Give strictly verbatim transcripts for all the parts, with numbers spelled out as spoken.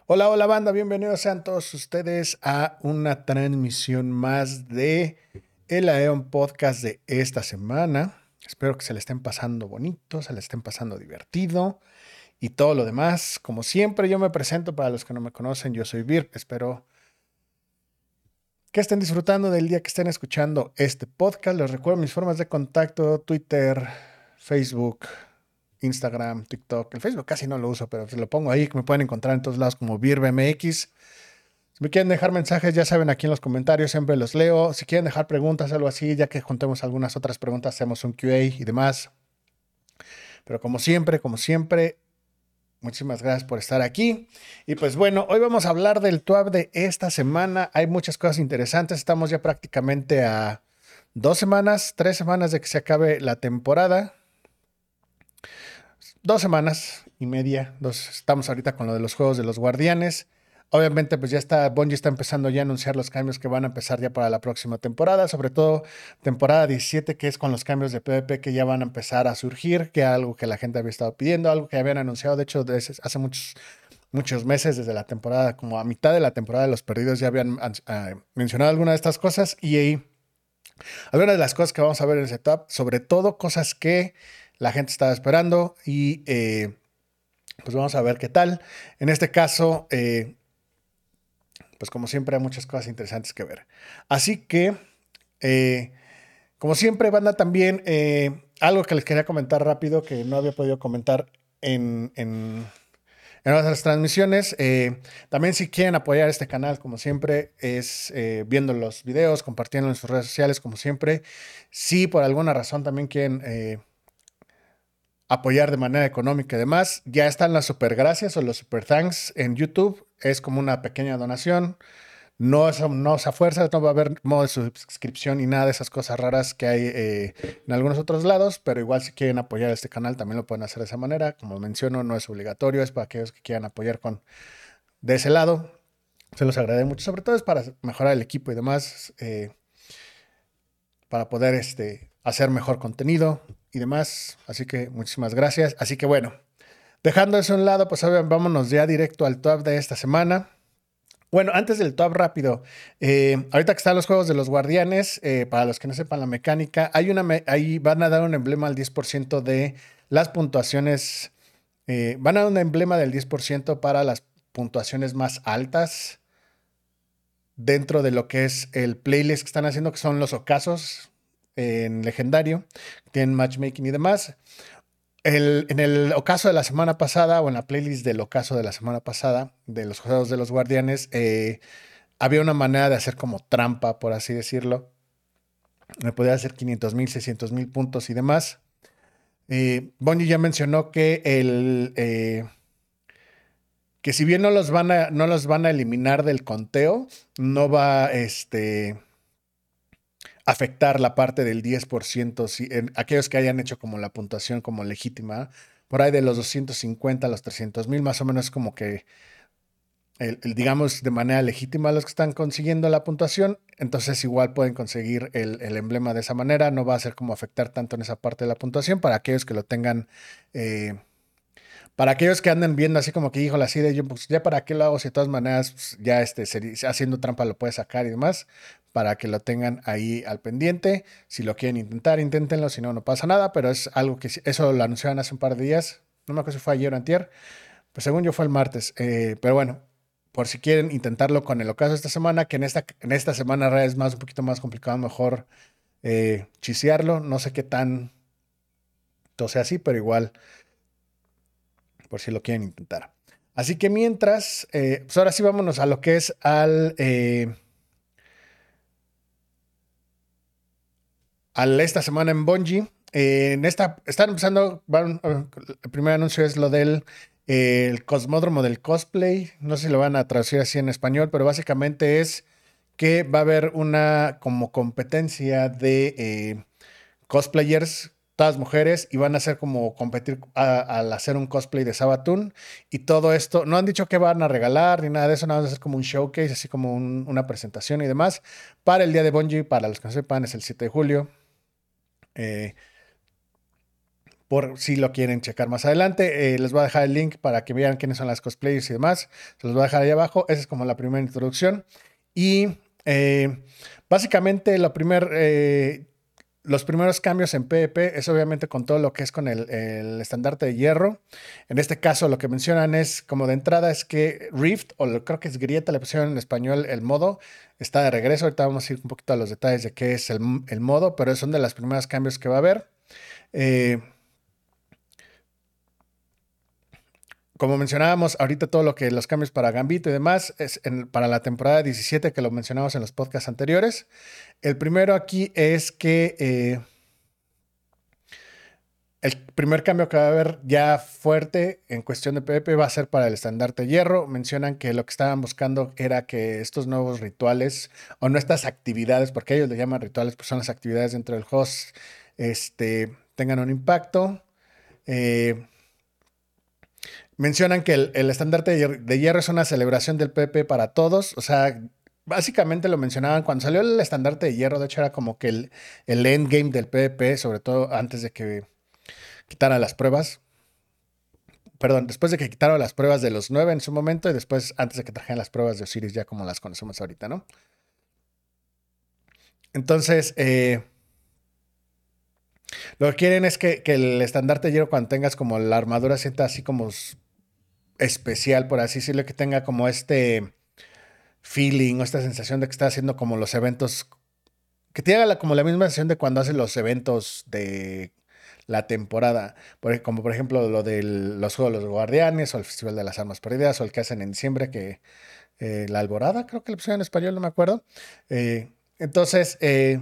Hola, hola banda, bienvenidos sean todos ustedes a una transmisión más de el Aeon Podcast de esta semana. Espero que se le estén pasando bonito, se le estén pasando divertido y todo lo demás. Como siempre, yo me presento para los que no me conocen, yo soy Vir. Espero que estén disfrutando del día que estén escuchando este podcast. Les recuerdo mis formas de contacto: Twitter, Facebook, Instagram, TikTok. El Facebook casi no lo uso, pero se lo pongo ahí, que me pueden encontrar en todos lados como VirBMX. Si me quieren dejar mensajes, ya saben, aquí en los comentarios siempre los leo. Si quieren dejar preguntas, algo así, ya que juntemos algunas otras preguntas, hacemos un Q A y demás. Pero como siempre, como siempre, muchísimas gracias por estar aquí. Y pues bueno, hoy vamos a hablar del T W A B de esta semana. Hay muchas cosas interesantes. Estamos ya prácticamente a dos semanas, tres semanas de que se acabe la temporada. Dos semanas y media. Dos, estamos ahorita con lo de los juegos de los Guardianes. Obviamente, pues ya está, Bungie está empezando ya a anunciar los cambios que van a empezar ya para la próxima temporada, sobre todo temporada diecisiete, que es con los cambios de PvP que ya van a empezar a surgir, que es algo que la gente había estado pidiendo, algo que habían anunciado, de hecho, desde hace muchos, muchos meses, desde la temporada, como a mitad de la temporada de los perdidos, ya habían uh, mencionado algunas de estas cosas, y ahí, algunas de las cosas que vamos a ver en ese top, sobre todo cosas que la gente estaba esperando, y eh, pues vamos a ver qué tal. En este caso, eh, pues como siempre hay muchas cosas interesantes que ver. Así que, eh, como siempre, banda, también eh, algo que les quería comentar rápido, que no había podido comentar en, en, en otras transmisiones. Eh, también si quieren apoyar este canal, como siempre, es eh, viendo los videos, compartiendo en sus redes sociales, como siempre. Si por alguna razón también quieren eh, apoyar de manera económica y demás, ya están las super gracias o los super thanks en YouTube. Es como una pequeña donación. No es, no es a fuerza, no va a haber modo de suscripción ni nada de esas cosas raras que hay eh, en algunos otros lados, pero igual si quieren apoyar este canal también lo pueden hacer de esa manera. Como menciono, no es obligatorio, es para aquellos que quieran apoyar con de ese lado. Se los agradece mucho, sobre todo es para mejorar el equipo y demás, eh, para poder este, hacer mejor contenido y demás. Así que muchísimas gracias. Así que bueno, dejando eso a un lado, pues vámonos ya directo al top de esta semana. Bueno, antes del top rápido, eh, ahorita que están los juegos de los Guardianes, eh, para los que no sepan la mecánica, hay una me ahí van a dar un emblema al diez por ciento de las puntuaciones, eh, van a dar un emblema del diez por ciento para las puntuaciones más altas dentro de lo que es el playlist que están haciendo, que son los ocasos en legendario, tienen matchmaking y demás. El, en el ocaso de la semana pasada, o en la playlist del ocaso de la semana pasada, de los juegos de los Guardianes, eh, había una manera de hacer como trampa, por así decirlo. Me podía hacer quinientos mil, seiscientos mil puntos y demás. Eh, Bungie ya mencionó que el eh, que si bien no los van a no los van a eliminar del conteo, no va este afectar la parte del diez por ciento si, en aquellos que hayan hecho como la puntuación como legítima, por ahí de los doscientos cincuenta a los trescientos mil, más o menos como que el, el, digamos, de manera legítima los que están consiguiendo la puntuación, entonces igual pueden conseguir el, el, emblema de esa manera, no va a ser como afectar tanto en esa parte de la puntuación para aquellos que lo tengan, eh, para aquellos que anden viendo así como que, híjole, así de yo, pues ya para qué lo hago si de todas maneras pues, ya este, haciendo trampa lo puede sacar y demás, para que lo tengan ahí al pendiente. Si lo quieren intentar, inténtenlo, si no, no pasa nada, pero es algo que eso lo anunciaron hace un par de días, no me acuerdo si fue ayer o antier, pues según yo fue el martes, eh, pero bueno, por si quieren intentarlo con el ocaso esta semana, que en esta, en esta semana es más un poquito más complicado, mejor eh, chisearlo. No sé qué tan sea así, pero igual, por si lo quieren intentar. Así que mientras, eh, pues ahora sí vámonos a lo que es al, eh, al esta semana en Bungie. Eh, en esta, están empezando, van, el primer anuncio es lo del eh, el cosmódromo del cosplay. No sé si lo van a traducir así en español, pero básicamente es que va a haber una como competencia de eh, cosplayers, todas mujeres, y van a hacer como competir a- al hacer un cosplay de Sabatún. Y todo esto, no han dicho que van a regalar ni nada de eso, nada más a hacer como un showcase, así como un- una presentación y demás. Para el día de Bungie, para los que no sepan, es el siete de julio. Eh, por si lo quieren checar más adelante. Eh, les voy a dejar el link para que vean quiénes son las cosplayers y demás. Se los voy a dejar ahí abajo. Esa es como la primera introducción. Y eh, básicamente lo primer, eh, los primeros cambios en PvP es obviamente con todo lo que es con el, el estandarte de hierro. En este caso lo que mencionan es como de entrada es que Rift, o lo, creo que es grieta, le pusieron en español el modo, está de regreso. Ahorita vamos a ir un poquito a los detalles de qué es el, el modo, pero son de los primeros cambios que va a haber. Eh, Como mencionábamos ahorita, todo lo que los cambios para Gambito y demás es en, para la temporada diecisiete, que lo mencionamos en los podcasts anteriores. El primero aquí es que eh, el primer cambio que va a haber ya fuerte en cuestión de PvP va a ser para el estandarte de hierro. Mencionan que lo que estaban buscando era que estos nuevos rituales, o no estas actividades, porque ellos le llaman rituales, pues son las actividades dentro del host, este, tengan un impacto. Eh, Mencionan que el, el estandarte de hier- de hierro es una celebración del PvP para todos. O sea, básicamente lo mencionaban cuando salió el estandarte de hierro. De hecho, era como que el, el endgame del PvP, sobre todo antes de que quitaran las pruebas. Perdón, después de que quitaron las pruebas de los nueve en su momento y después antes de que trajeran las pruebas de Osiris, ya como las conocemos ahorita, ¿no? Entonces, eh, lo que quieren es que, que el estandarte de hierro, cuando tengas como la armadura, sienta así como s- especial, por así decirlo, que tenga como este feeling o esta sensación de que está haciendo como los eventos, que tenga la- como la misma sensación de cuando hace los eventos de la temporada, por, como por ejemplo lo de los Juegos de los Guardianes o el Festival de las Armas Perdidas o el que hacen en diciembre, que eh, la Alborada, creo que le pusieron en español, no me acuerdo. Eh, entonces, eh,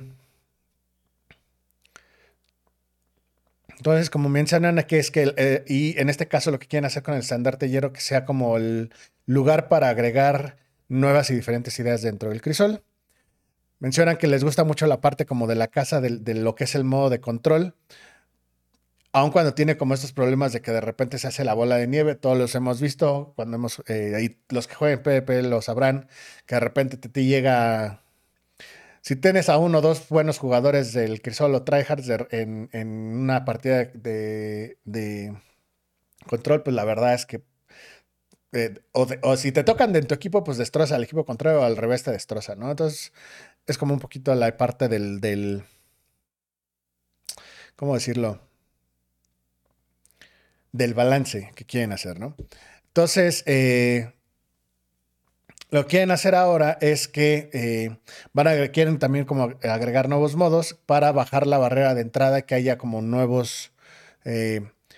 entonces, como mencionan aquí, es que, eh, y en este caso lo que quieren hacer con el estandarte de hierro, que sea como el lugar para agregar nuevas y diferentes ideas dentro del crisol. Mencionan que les gusta mucho la parte como de la casa, de, de lo que es el modo de control, aun cuando tiene como estos problemas de que de repente se hace la bola de nieve. Todos los hemos visto, cuando hemos, eh, ahí los que jueguen PvP lo sabrán, que de repente te, te llega, si tienes a uno o dos buenos jugadores del Crisol o tryhards de- en, en una partida de, de control, pues la verdad es que, eh, o, de- o si te tocan de en tu equipo, pues destroza al equipo contrario o al revés te destroza, ¿no? Entonces es como un poquito la parte del, del ¿cómo decirlo? Del balance que quieren hacer, ¿no? Entonces, eh, lo que quieren hacer ahora es que eh, van a, quieren también como agregar nuevos modos para bajar la barrera de entrada, que haya como nuevos, eh,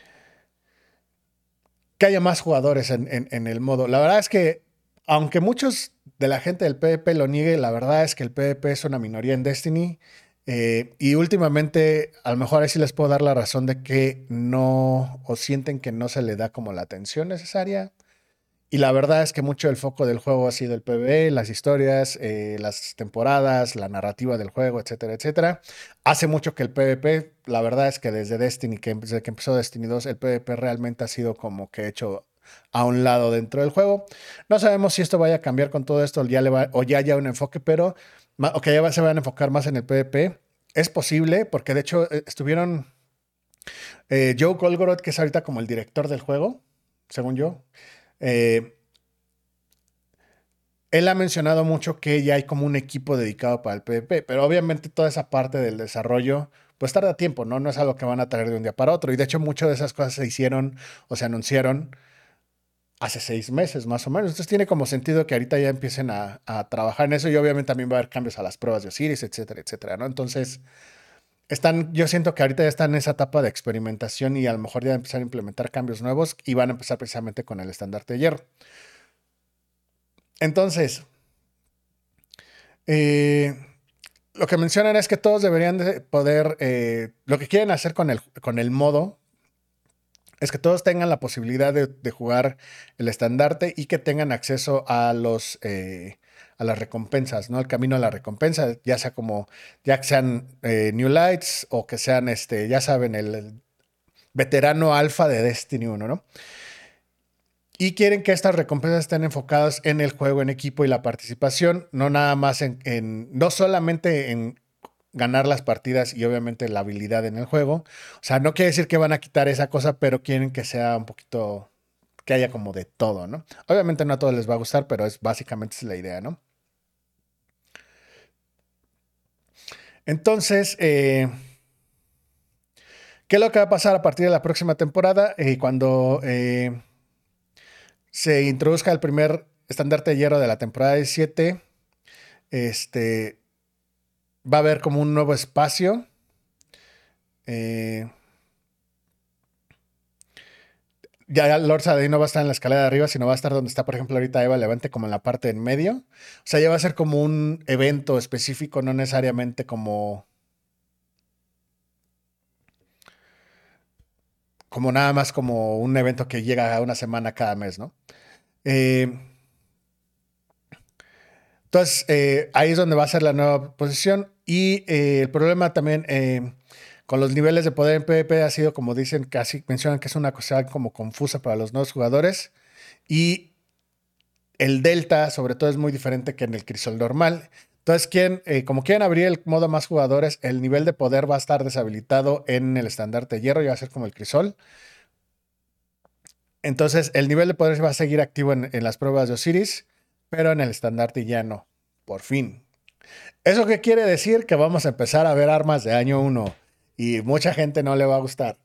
que haya más jugadores en, en, en el modo. La verdad es que, aunque muchos de la gente del PvP lo niegue, la verdad es que el PvP es una minoría en Destiny. Eh, y últimamente, a lo mejor ahí sí les puedo dar la razón de que no, o sienten que no se le da como la atención necesaria. Y la verdad es que mucho del foco del juego ha sido el PvE, las historias, eh, las temporadas, la narrativa del juego, etcétera, etcétera. Hace mucho que el PvP, la verdad es que desde Destiny, que desde que empezó Destiny dos, el PvP realmente ha sido como que hecho a un lado dentro del juego. No sabemos si esto vaya a cambiar con todo esto ya le va, o ya haya un enfoque, pero ma- o que ya va- se van a enfocar más en el PvP. Es posible, porque de hecho eh, estuvieron eh, Joe Kolgorod, que es ahorita como el director del juego, según yo. eh, Él ha mencionado mucho que ya hay como un equipo dedicado para el PvP, pero obviamente toda esa parte del desarrollo, pues tarda tiempo, ¿no? No es algo que van a traer de un día para otro. Y de hecho, muchas de esas cosas se hicieron o se anunciaron hace seis meses más o menos. Entonces tiene como sentido que ahorita ya empiecen a, a trabajar en eso y obviamente también va a haber cambios a las pruebas de Osiris, etcétera, etcétera, ¿no? Entonces, están, yo siento que ahorita ya están en esa etapa de experimentación y a lo mejor ya empezar a implementar cambios nuevos y van a empezar precisamente con el estandarte de hierro. Entonces, eh, lo que mencionan es que todos deberían de poder, eh, lo que quieren hacer con el, con el modo, es que todos tengan la posibilidad de, de jugar el estandarte y que tengan acceso a los, eh, a las recompensas, ¿no? El camino a la recompensa, ya sea como, ya que sean eh, New Lights o que sean, este, ya saben, el, el veterano alfa de Destiny uno, ¿no? Y quieren que estas recompensas estén enfocadas en el juego en equipo y la participación, no nada más en, en no solamente en ganar las partidas y obviamente la habilidad en el juego. O sea, no quiere decir que van a quitar esa cosa, pero quieren que sea un poquito, que haya como de todo, ¿no? Obviamente no a todos les va a gustar, pero es básicamente es la idea, ¿no? Entonces, eh, ¿qué es lo que va a pasar a partir de la próxima temporada? Eh, cuando eh, se introduzca el primer estandarte de hierro de la temporada diecisiete, este, va a haber como un nuevo espacio. Eh, ya Lord Saladin no va a estar en la escalera de arriba, sino va a estar donde está, por ejemplo, ahorita Eva Levante, como en la parte en medio. O sea, ya va a ser como un evento específico, no necesariamente como, como nada más como un evento que llega a una semana cada mes, ¿no? Eh, entonces, eh, ahí es donde va a ser la nueva posición. Y eh, el problema también eh, con los niveles de poder en PvP ha sido, como dicen, casi mencionan que es una cosa como confusa para los nuevos jugadores. Y el Delta, sobre todo, es muy diferente que en el Crisol normal. Entonces, ¿quién, eh, como quieren abrir el modo más jugadores, el nivel de poder va a estar deshabilitado en el estandarte de hierro y va a ser como el Crisol. Entonces, el nivel de poder va a seguir activo en, en las pruebas de Osiris, pero en el estandarte ya no. Por fin. ¿Eso qué quiere decir? Que vamos a empezar a ver armas de año uno y mucha gente no le va a gustar.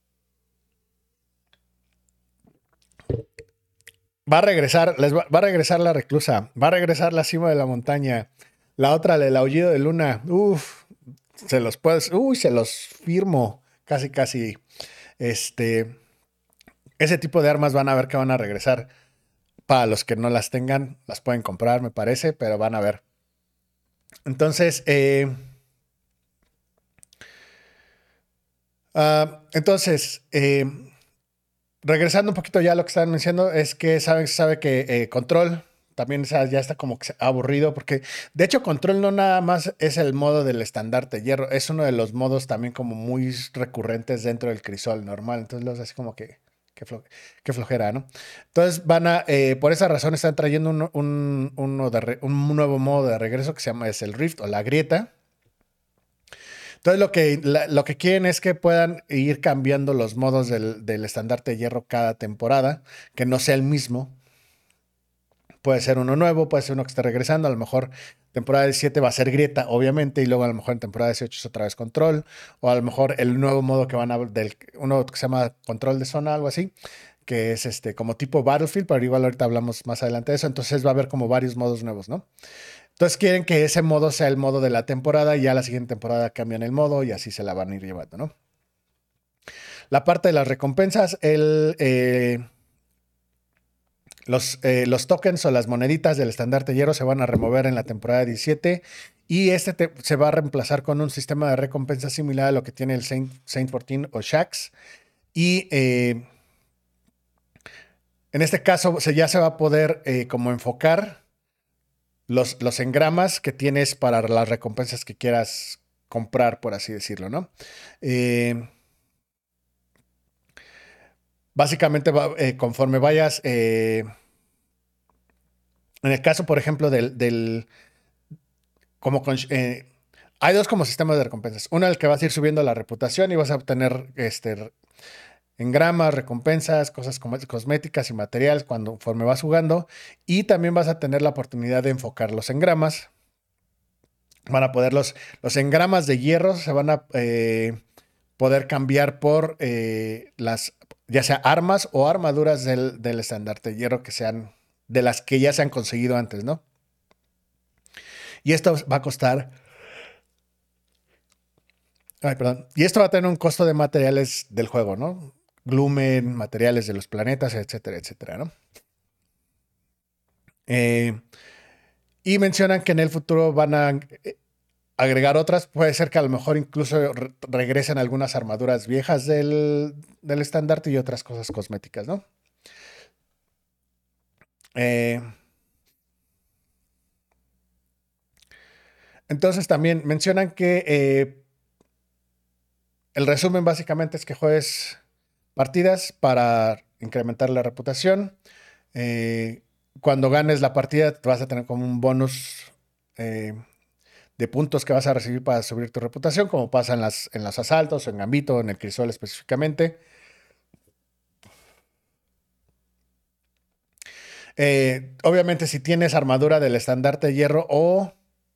Va a regresar, les va, va a regresar la reclusa, va a regresar la cima de la montaña, la otra, el aullido de luna. Uf, se los puedes, uy, se los firmo, casi, casi. Este, ese tipo de armas van a ver que van a regresar. Para los que no las tengan, las pueden comprar, me parece, pero van a ver. Entonces, eh, uh, entonces, eh, regresando un poquito ya a lo que estaban mencionando, es que saben, sabe que eh, Control también ya está como que aburrido, porque de hecho Control no nada más es el modo del estandarte de hierro, es uno de los modos también como muy recurrentes dentro del Crisol normal, entonces los así como que, que, flo, que flojera, ¿no? Entonces van a, eh, por esa razón están trayendo un, un, uno de re, un nuevo modo de regreso que se llama es el Rift o la grieta. Entonces lo que, la, lo que quieren es que puedan ir cambiando los modos del, del estandarte de hierro cada temporada, que no sea el mismo. Puede ser uno nuevo, puede ser uno que esté regresando, a lo mejor temporada diecisiete va a ser grieta, obviamente, y luego a lo mejor en temporada dieciocho es otra vez control, o a lo mejor el nuevo modo que van a, del, uno que se llama control de zona, algo así, que es este como tipo Battlefield, pero igual ahorita hablamos más adelante de eso, entonces va a haber como varios modos nuevos, ¿no? Entonces quieren que ese modo sea el modo de la temporada y ya la siguiente temporada cambian el modo y así se la van a ir llevando, ¿no? La parte de las recompensas, el, eh, los, eh, los tokens o las moneditas del estandarte hierro se van a remover en la temporada diecisiete y este te, se va a reemplazar con un sistema de recompensa similar a lo que tiene el Saint, Saint catorce o Shax. Y eh, en este caso se, ya se va a poder eh, como enfocar los, los engramas que tienes para las recompensas que quieras comprar, por así decirlo, ¿no? Eh, básicamente, va, eh, conforme vayas, eh, en el caso, por ejemplo, del, del como con, eh, hay dos como sistemas de recompensas. Uno, el que vas a ir subiendo la reputación y vas a obtener este, engramas, recompensas, cosas como cosméticas y materiales cuando, conforme vas jugando. Y también vas a tener la oportunidad de enfocar los engramas. Van a poder los, los engramas de hierro se van a eh, poder cambiar por eh, las, ya sea armas o armaduras del, del estandarte de hierro que sean de las que ya se han conseguido antes, ¿no? Y esto va a costar, ay, perdón, y esto va a tener un costo de materiales del juego, ¿no? Glumen, materiales de los planetas, etcétera, etcétera, ¿no? Eh, y mencionan que en el futuro van a eh, agregar otras, puede ser que a lo mejor incluso re regresen algunas armaduras viejas del, del estandarte y otras cosas cosméticas, ¿no? Eh, entonces también mencionan que eh, el resumen básicamente es que juegues partidas para incrementar la reputación. Eh, cuando ganes la partida vas a tener como un bonus eh, de puntos que vas a recibir para subir tu reputación, como pasa en, las, en los asaltos, en Gambito, en el Crisol específicamente. Eh, obviamente, si tienes armadura del estandarte de hierro o...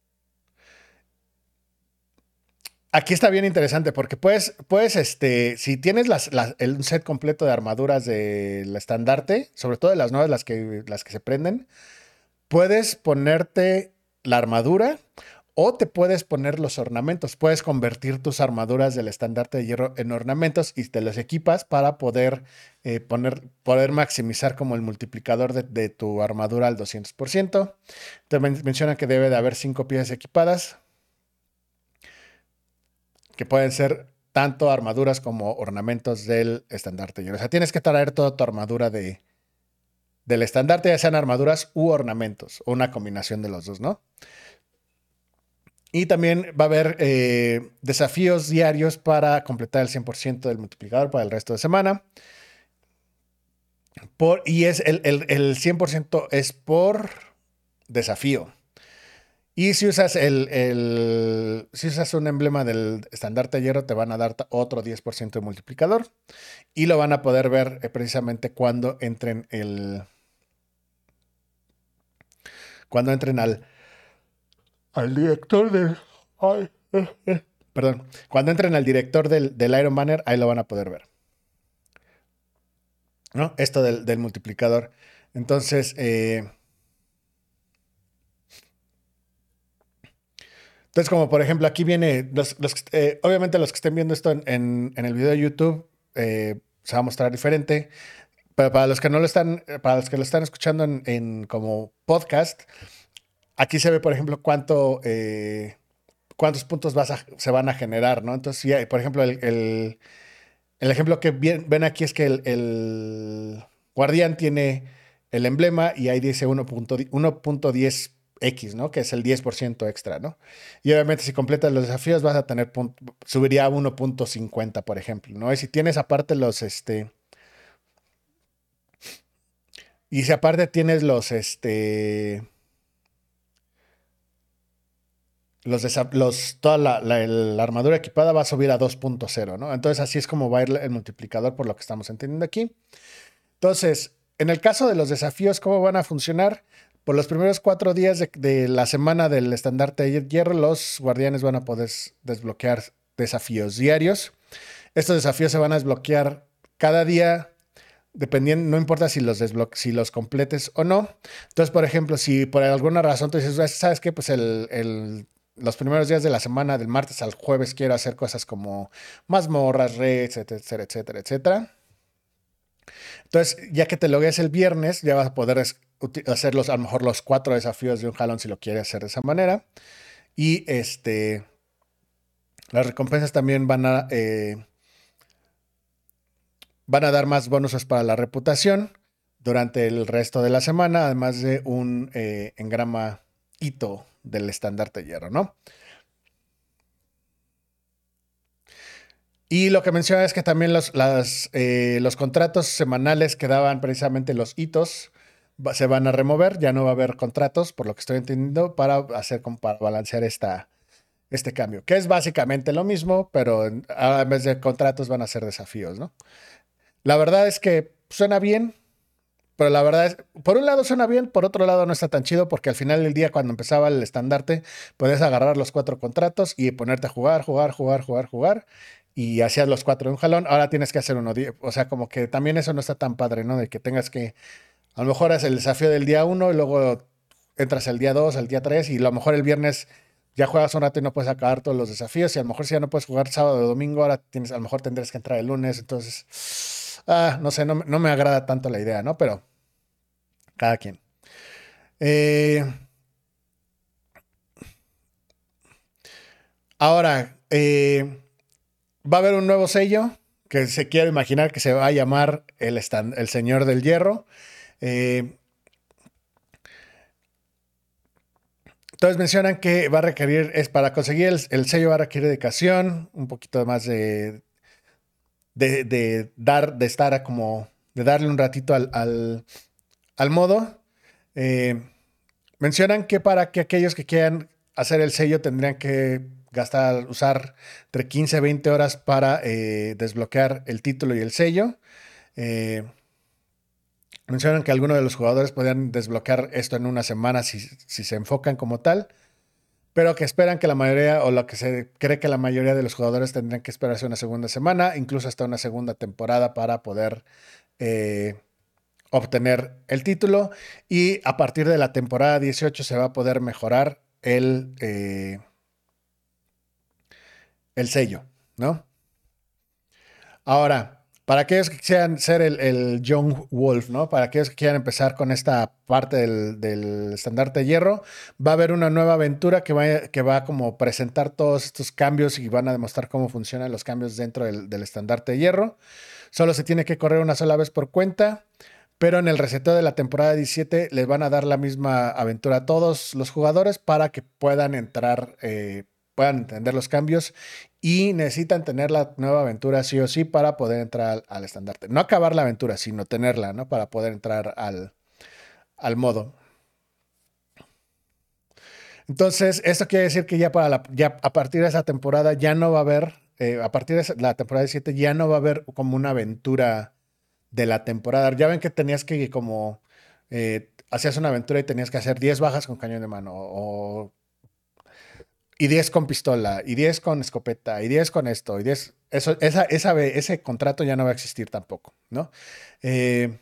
Aquí está bien interesante porque puedes, puedes este, si tienes las, las- el set completo de armaduras del estandarte, sobre todo de las nuevas, las que, las que se prenden, puedes ponerte la armadura o te puedes poner los ornamentos. Puedes convertir tus armaduras del estandarte de hierro en ornamentos y te los equipas para poder, eh, poner, poder maximizar como el multiplicador de, de tu armadura al doscientos por ciento. Te men- menciona que debe de haber cinco piezas equipadas, que pueden ser tanto armaduras como ornamentos del estandarte de hierro. O sea, tienes que traer toda tu armadura de, del estandarte, ya sean armaduras u ornamentos, o una combinación de los dos, ¿no? Y también va a haber eh, desafíos diarios para completar el cien por ciento del multiplicador para el resto de semana. Por, y es el, el, el cien por ciento es por desafío. Y si usas el, el- si usas un emblema del estandarte de hierro, te van a dar otro diez por ciento de multiplicador. Y lo van a poder ver eh, precisamente cuando entren el. Cuando entren al, al director del. Ay, eh, eh, perdón. Cuando entren al director del, del Iron Banner, ahí lo van a poder ver. ¿No? Esto del, del multiplicador. Entonces, eh, entonces, como por ejemplo, aquí viene. Los, los, eh, obviamente, los que estén viendo esto en, en, en el video de YouTube, eh, se va a mostrar diferente. Pero para los que no lo están, para los que lo están escuchando en, en como podcast, aquí se ve, por ejemplo, cuánto, eh, cuántos puntos vas a- se van a generar, ¿no? Entonces, sí, hay, por ejemplo, el, el- el ejemplo que bien- ven aquí es que el, el guardián tiene el emblema y ahí dice uno punto diez x, ¿no? Que es el diez por ciento extra, ¿no? Y obviamente si completas los desafíos vas a tener, punto- subiría a uno punto cincuenta, por ejemplo, ¿no? Y si tienes aparte los, este, y si aparte tienes los, este, los, desa- los toda la, la- el- la armadura equipada va a subir a dos punto cero, ¿no? Entonces así es como va a ir el multiplicador por lo que estamos entendiendo aquí. Entonces, en el caso de los desafíos, ¿cómo van a funcionar? Por los primeros cuatro días de, de la semana del estandarte de hierro, los guardianes van a poder desbloquear desafíos diarios. Estos desafíos se van a desbloquear cada día, dependiendo, no importa si los, desbloque, si los completes o no. Entonces, por ejemplo, si por alguna razón tú dices, ¿sabes qué? Pues el, el, los primeros días de la semana, del martes al jueves, quiero hacer cosas como mazmorras, raids, etcétera, etcétera, etcétera. Entonces, ya que te logueas el viernes, ya vas a poder hacer los, a lo mejor los cuatro desafíos de un jalón si lo quieres hacer de esa manera. Y este, las recompensas también van a, eh, van a dar más bonusos para la reputación durante el resto de la semana, además de un eh, engrama hito del estandarte de hierro, ¿no? Y lo que menciona es que también los, las, eh, los contratos semanales que daban precisamente los hitos va- se van a remover, ya no va a haber contratos, por lo que estoy entendiendo, para hacer como para balancear esta, este cambio, que es básicamente lo mismo, pero en, a- en vez de contratos van a ser desafíos, ¿no? La verdad es que suena bien, pero la verdad es, por un lado suena bien, por otro lado no está tan chido, porque al final del día, cuando empezaba el estandarte, podías agarrar los cuatro contratos y ponerte a jugar, jugar, jugar, jugar, jugar, y hacías los cuatro de un jalón. Ahora tienes que hacer uno, di- o sea, como que también eso no está tan padre, ¿no? De que tengas que, a lo mejor haces el desafío del día uno y luego entras el día dos, el día tres, y a lo mejor el viernes ya juegas un rato y no puedes acabar todos los desafíos, y a lo mejor si ya no puedes jugar sábado o domingo, ahora tienes, a lo mejor tendrás que entrar el lunes, entonces, ah, no sé, no, me- no me agrada tanto la idea, ¿no? Pero cada quien. Eh, ahora, eh, va a haber un nuevo sello que se quiere imaginar que se va a llamar el, estan- el Señor del Hierro. Eh, entonces mencionan que va a requerir, es para conseguir el, el sello va a requerir dedicación, un poquito más de, de, de dar, de estar a como, de darle un ratito al, al, al modo. Eh, mencionan que para que aquellos que quieran hacer el sello tendrían que gastar, usar entre quince a veinte horas para eh, desbloquear el título y el sello. Eh, mencionan que algunos de los jugadores podrían desbloquear esto en una semana si, si se enfocan como tal, pero que esperan que la mayoría, o lo que se cree que la mayoría de los jugadores tendrían que esperarse una segunda semana, incluso hasta una segunda temporada para poder eh, obtener el título. Y a partir de la temporada dieciocho se va a poder mejorar el, eh, el sello, ¿no? Ahora, para aquellos que quieran ser el, el Young Wolf, ¿no? Para aquellos que quieran empezar con esta parte del, del estandarte de hierro, va a haber una nueva aventura que va, que va a como presentar todos estos cambios y van a demostrar cómo funcionan los cambios dentro del, del estandarte de hierro. Solo se tiene que correr una sola vez por cuenta, pero en el reseteo de la temporada diecisiete les van a dar la misma aventura a todos los jugadores para que puedan entrar, eh, puedan entender los cambios y necesitan tener la nueva aventura sí o sí para poder entrar al, al estandarte. No acabar la aventura, sino tenerla, ¿no? Para poder entrar al, al modo. Entonces, esto quiere decir que ya, para la, ya a partir de esa temporada ya no va a haber, eh, a partir de esa, la temporada diecisiete ya no va a haber como una aventura de la temporada. Ya ven que tenías que como, eh, hacías una aventura y tenías que hacer diez bajas con cañón de mano, o, y diez con pistola, y diez con escopeta, y diez con esto, y diez, eso, esa, esa, ese contrato ya no va a existir tampoco, ¿no? Eh,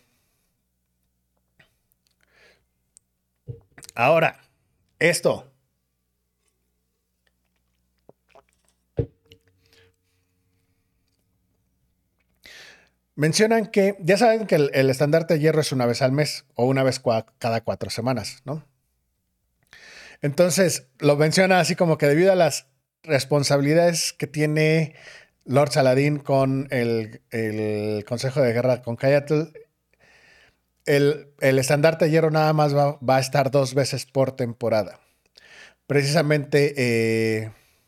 ahora, esto. Mencionan que, ya saben que el, el estandarte de hierro es una vez al mes o una vez cua- cada cuatro semanas, ¿no? Entonces, lo menciona así como que debido a las responsabilidades que tiene Lord Saladin con el, el Consejo de Guerra con Kayatl, el, el estandarte de hierro nada más va, va a estar dos veces por temporada. Precisamente eh,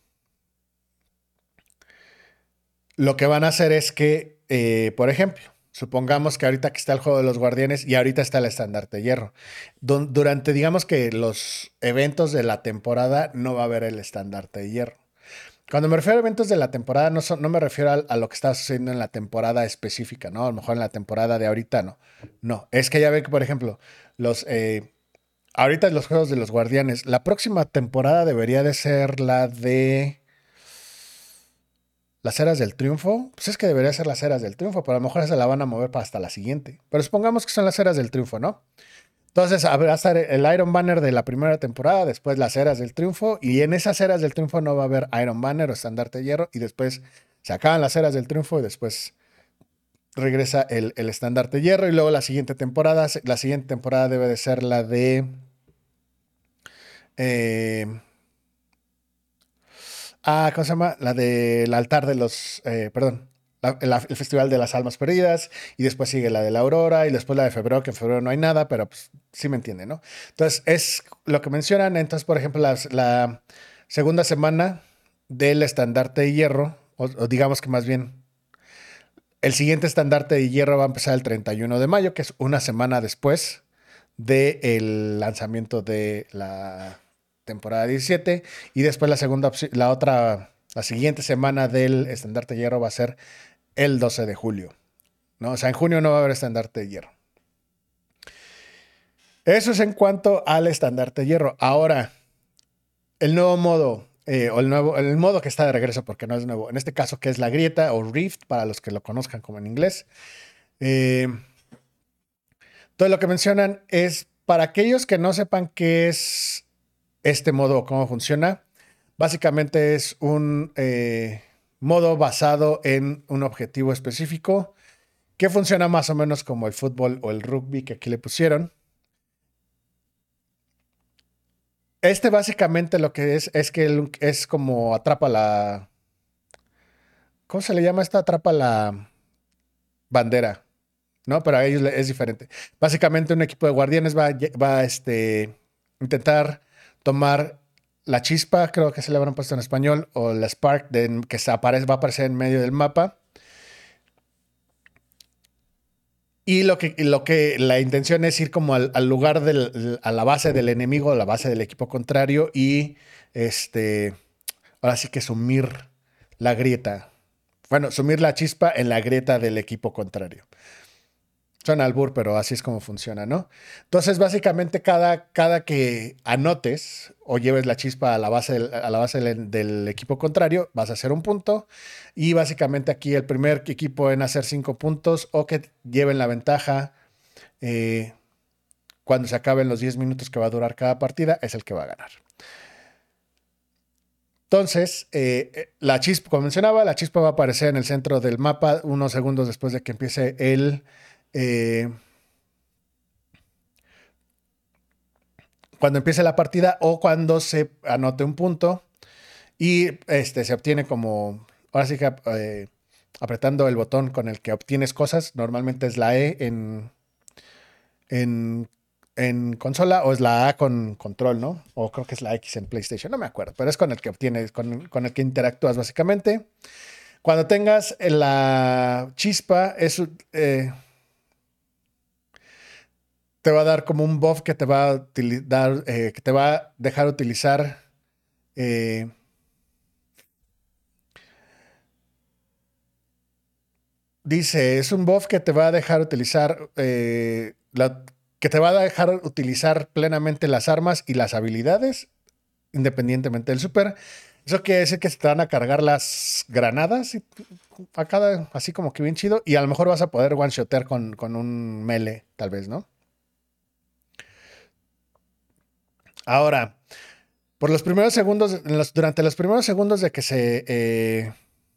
lo que van a hacer es que, eh, por ejemplo, supongamos que ahorita que está el juego de los guardianes y ahorita está el estandarte de hierro. Dun- durante, digamos que los eventos de la temporada no va a haber el estandarte de hierro. Cuando me refiero a eventos de la temporada, no, son- no me refiero a, a lo que está sucediendo en la temporada específica, ¿no? A lo mejor en la temporada de ahorita, no. No, es que ya ve que, por ejemplo, los, eh, ahorita los juegos de los guardianes, la próxima temporada debería de ser la de las eras del triunfo. Pues es que debería ser las eras del triunfo, pero a lo mejor se la van a mover para hasta la siguiente. Pero supongamos que son las eras del triunfo, ¿no? Entonces, va a estar el Iron Banner de la primera temporada, después las eras del triunfo, y en esas eras del triunfo no va a haber Iron Banner o estandarte de hierro, y después se acaban las eras del triunfo y después regresa el, el estandarte de hierro, y luego la siguiente temporada, la siguiente temporada debe de ser la de... Eh, ah, ¿cómo se llama? La del altar de los... eh, perdón. la- la- el Festival de las Almas Perdidas, y después sigue la de la Aurora, y después la de febrero, que en febrero no hay nada, pero pues sí me entiende, ¿no? Entonces, es lo que mencionan. Entonces, por ejemplo, las- la segunda semana del estandarte de hierro, o, o digamos que más bien, el siguiente estandarte de hierro va a empezar el treinta y uno de mayo, que es una semana después del lanzamiento de la temporada diecisiete. Y después la segunda, opci- la otra, la siguiente semana del estandarte de hierro va a ser el doce de julio, ¿no? O sea, en junio no va a haber estandarte de hierro. Eso es en cuanto al estandarte de hierro. Ahora, el nuevo modo, eh, o el nuevo, el modo que está de regreso, porque no es nuevo, en este caso, que es la grieta o Rift, para los que lo conozcan como en inglés. Eh, todo lo que mencionan es, para aquellos que no sepan qué es este modo o cómo funciona, básicamente es un eh, modo basado en un objetivo específico que funciona más o menos como el fútbol o el rugby que aquí le pusieron. Este básicamente lo que es es que el- es como atrapa la... ¿Cómo se le llama esta? Atrapa la bandera, ¿no? Pero a ellos le- es diferente. Básicamente un equipo de guardianes va, a lle- va a este, intentar tomar la chispa, creo que se le habrán puesto en español, o la spark de- que se aparece, va a aparecer en medio del mapa. Y lo que, lo que la intención es ir como al, al lugar del, a la base del enemigo, a la base del equipo contrario y este, ahora sí que sumir la grieta. Bueno, sumir la chispa en la grieta del equipo contrario. Suena albur, pero así es como funciona, ¿no? Entonces, básicamente, cada, cada que anotes o lleves la chispa a la base, del, a la base del, del equipo contrario, vas a hacer un punto. Y básicamente aquí el primer equipo en hacer cinco puntos o que lleven la ventaja eh, cuando se acaben los diez minutos que va a durar cada partida, es el que va a ganar. Entonces, eh, la chispa, como mencionaba, la chispa va a aparecer en el centro del mapa unos segundos después de que empiece el... Eh, cuando empiece la partida o cuando se anote un punto y este, se obtiene como, ahora sí que eh, apretando el botón con el que obtienes cosas, normalmente es la E en, en, en consola o es la A con control, ¿no? O creo que es la X en PlayStation, no me acuerdo, pero es con el que obtienes, con, con el que interactúas básicamente. Cuando tengas la chispa, es, eh, te va a dar como un buff que te va a dar, eh, que te va a dejar utilizar eh, dice, es un buff que te va a dejar utilizar, eh, la, que te va a dejar utilizar plenamente las armas y las habilidades, independientemente del super. Eso quiere decir que se te van a cargar las granadas y a cada, así como que bien chido. Y a lo mejor vas a poder one-shotear con, con un melee, tal vez, ¿no? Ahora, por los primeros segundos, en los- durante los primeros segundos de que se... eh,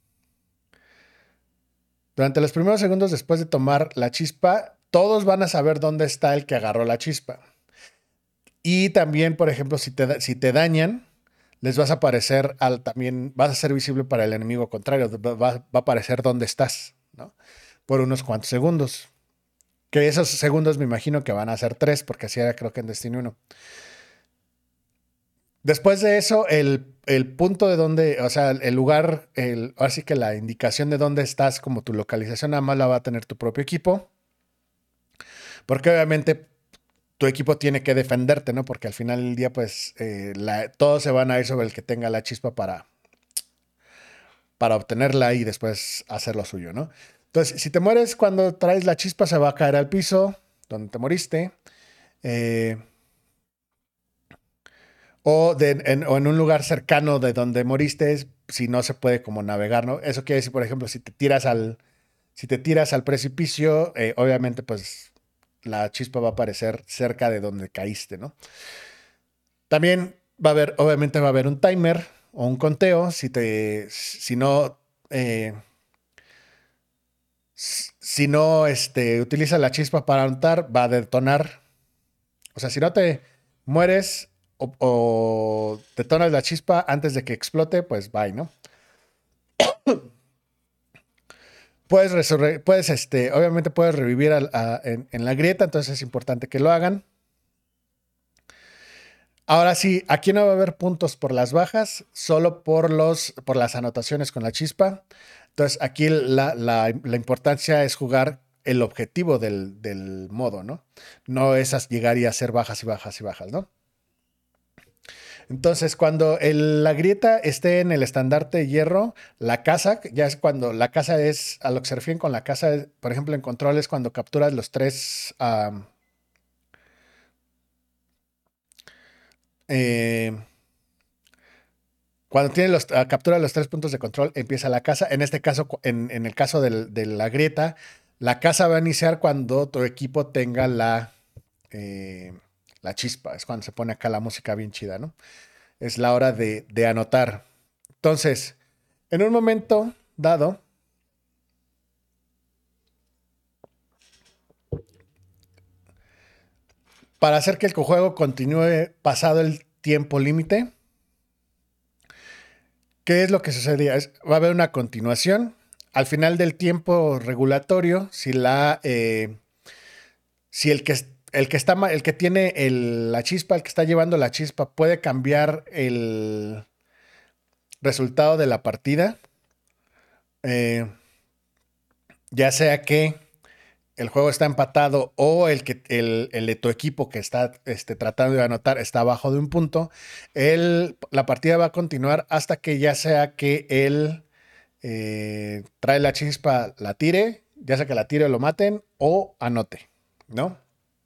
durante los primeros segundos después de tomar la chispa, todos van a saber dónde está el que agarró la chispa. Y también, por ejemplo, si te, si te dañan, les vas a aparecer al también, vas a ser visible para el enemigo contrario, va, va a aparecer dónde estás, ¿no? Por unos cuantos segundos. Que esos segundos me imagino que van a ser tres, porque así era creo que en Destiny uno. Después de eso, el, el punto de donde, o sea, el lugar, el, ahora sí que la indicación de dónde estás, como tu localización, nada más la va a tener tu propio equipo. Porque obviamente tu equipo tiene que defenderte, ¿no? Porque al final del día, pues, eh, la, todos se van a ir sobre el que tenga la chispa para, para obtenerla y después hacer lo suyo, ¿no? Entonces, si te mueres cuando traes la chispa, se va a caer al piso donde te moriste. eh, o, de- en, o en un lugar cercano de donde moriste, si no se puede como navegar, ¿no? Eso quiere decir, por ejemplo, si te tiras al, si te tiras al precipicio, eh, obviamente, pues, la chispa va a aparecer cerca de donde caíste, ¿no? También va a haber, obviamente va a haber un timer o un conteo. Si te, si no, eh, si no este, utiliza la chispa para anotar, va a detonar. O sea, si no te mueres o, o detonas la chispa antes de que explote, pues bye, ¿no? Puedes, resurre puedes este, obviamente puedes revivir al, a, en, en la grieta, entonces es importante que lo hagan. Ahora sí, aquí no va a haber puntos por las bajas, solo por, los, por las anotaciones con la chispa. Entonces, aquí la, la, la importancia es jugar el objetivo del, del, modo, ¿no? No es llegar y hacer bajas y bajas y bajas, ¿no? Entonces, cuando el, la grieta esté en el estandarte de hierro, la casa, ya es cuando la casa es, a lo que se refieren con la casa, por ejemplo, en control es cuando capturas los tres... Um, eh, Cuando tiene los, uh, captura los tres puntos de control, empieza la casa. En este caso, en, en el caso del, de la grieta, la casa va a iniciar cuando tu equipo tenga la, eh, la chispa. Es cuando se pone acá la música bien chida, ¿no? Es la hora de, de anotar. Entonces, en un momento dado, para hacer que el juego continúe pasado el tiempo límite, ¿qué es lo que sucedería? Es, va a haber una continuación. Al final del tiempo regulatorio, si la... Eh, si el que, el que está el que tiene el, la chispa, el que está llevando la chispa, puede cambiar el resultado de la partida, eh, ya sea que el juego está empatado o el, que, el, el de tu equipo que está este, tratando de anotar está abajo de un punto, el, la partida va a continuar hasta que ya sea que él eh, trae la chispa, la tire, ya sea que la tire o lo maten o anote, ¿no?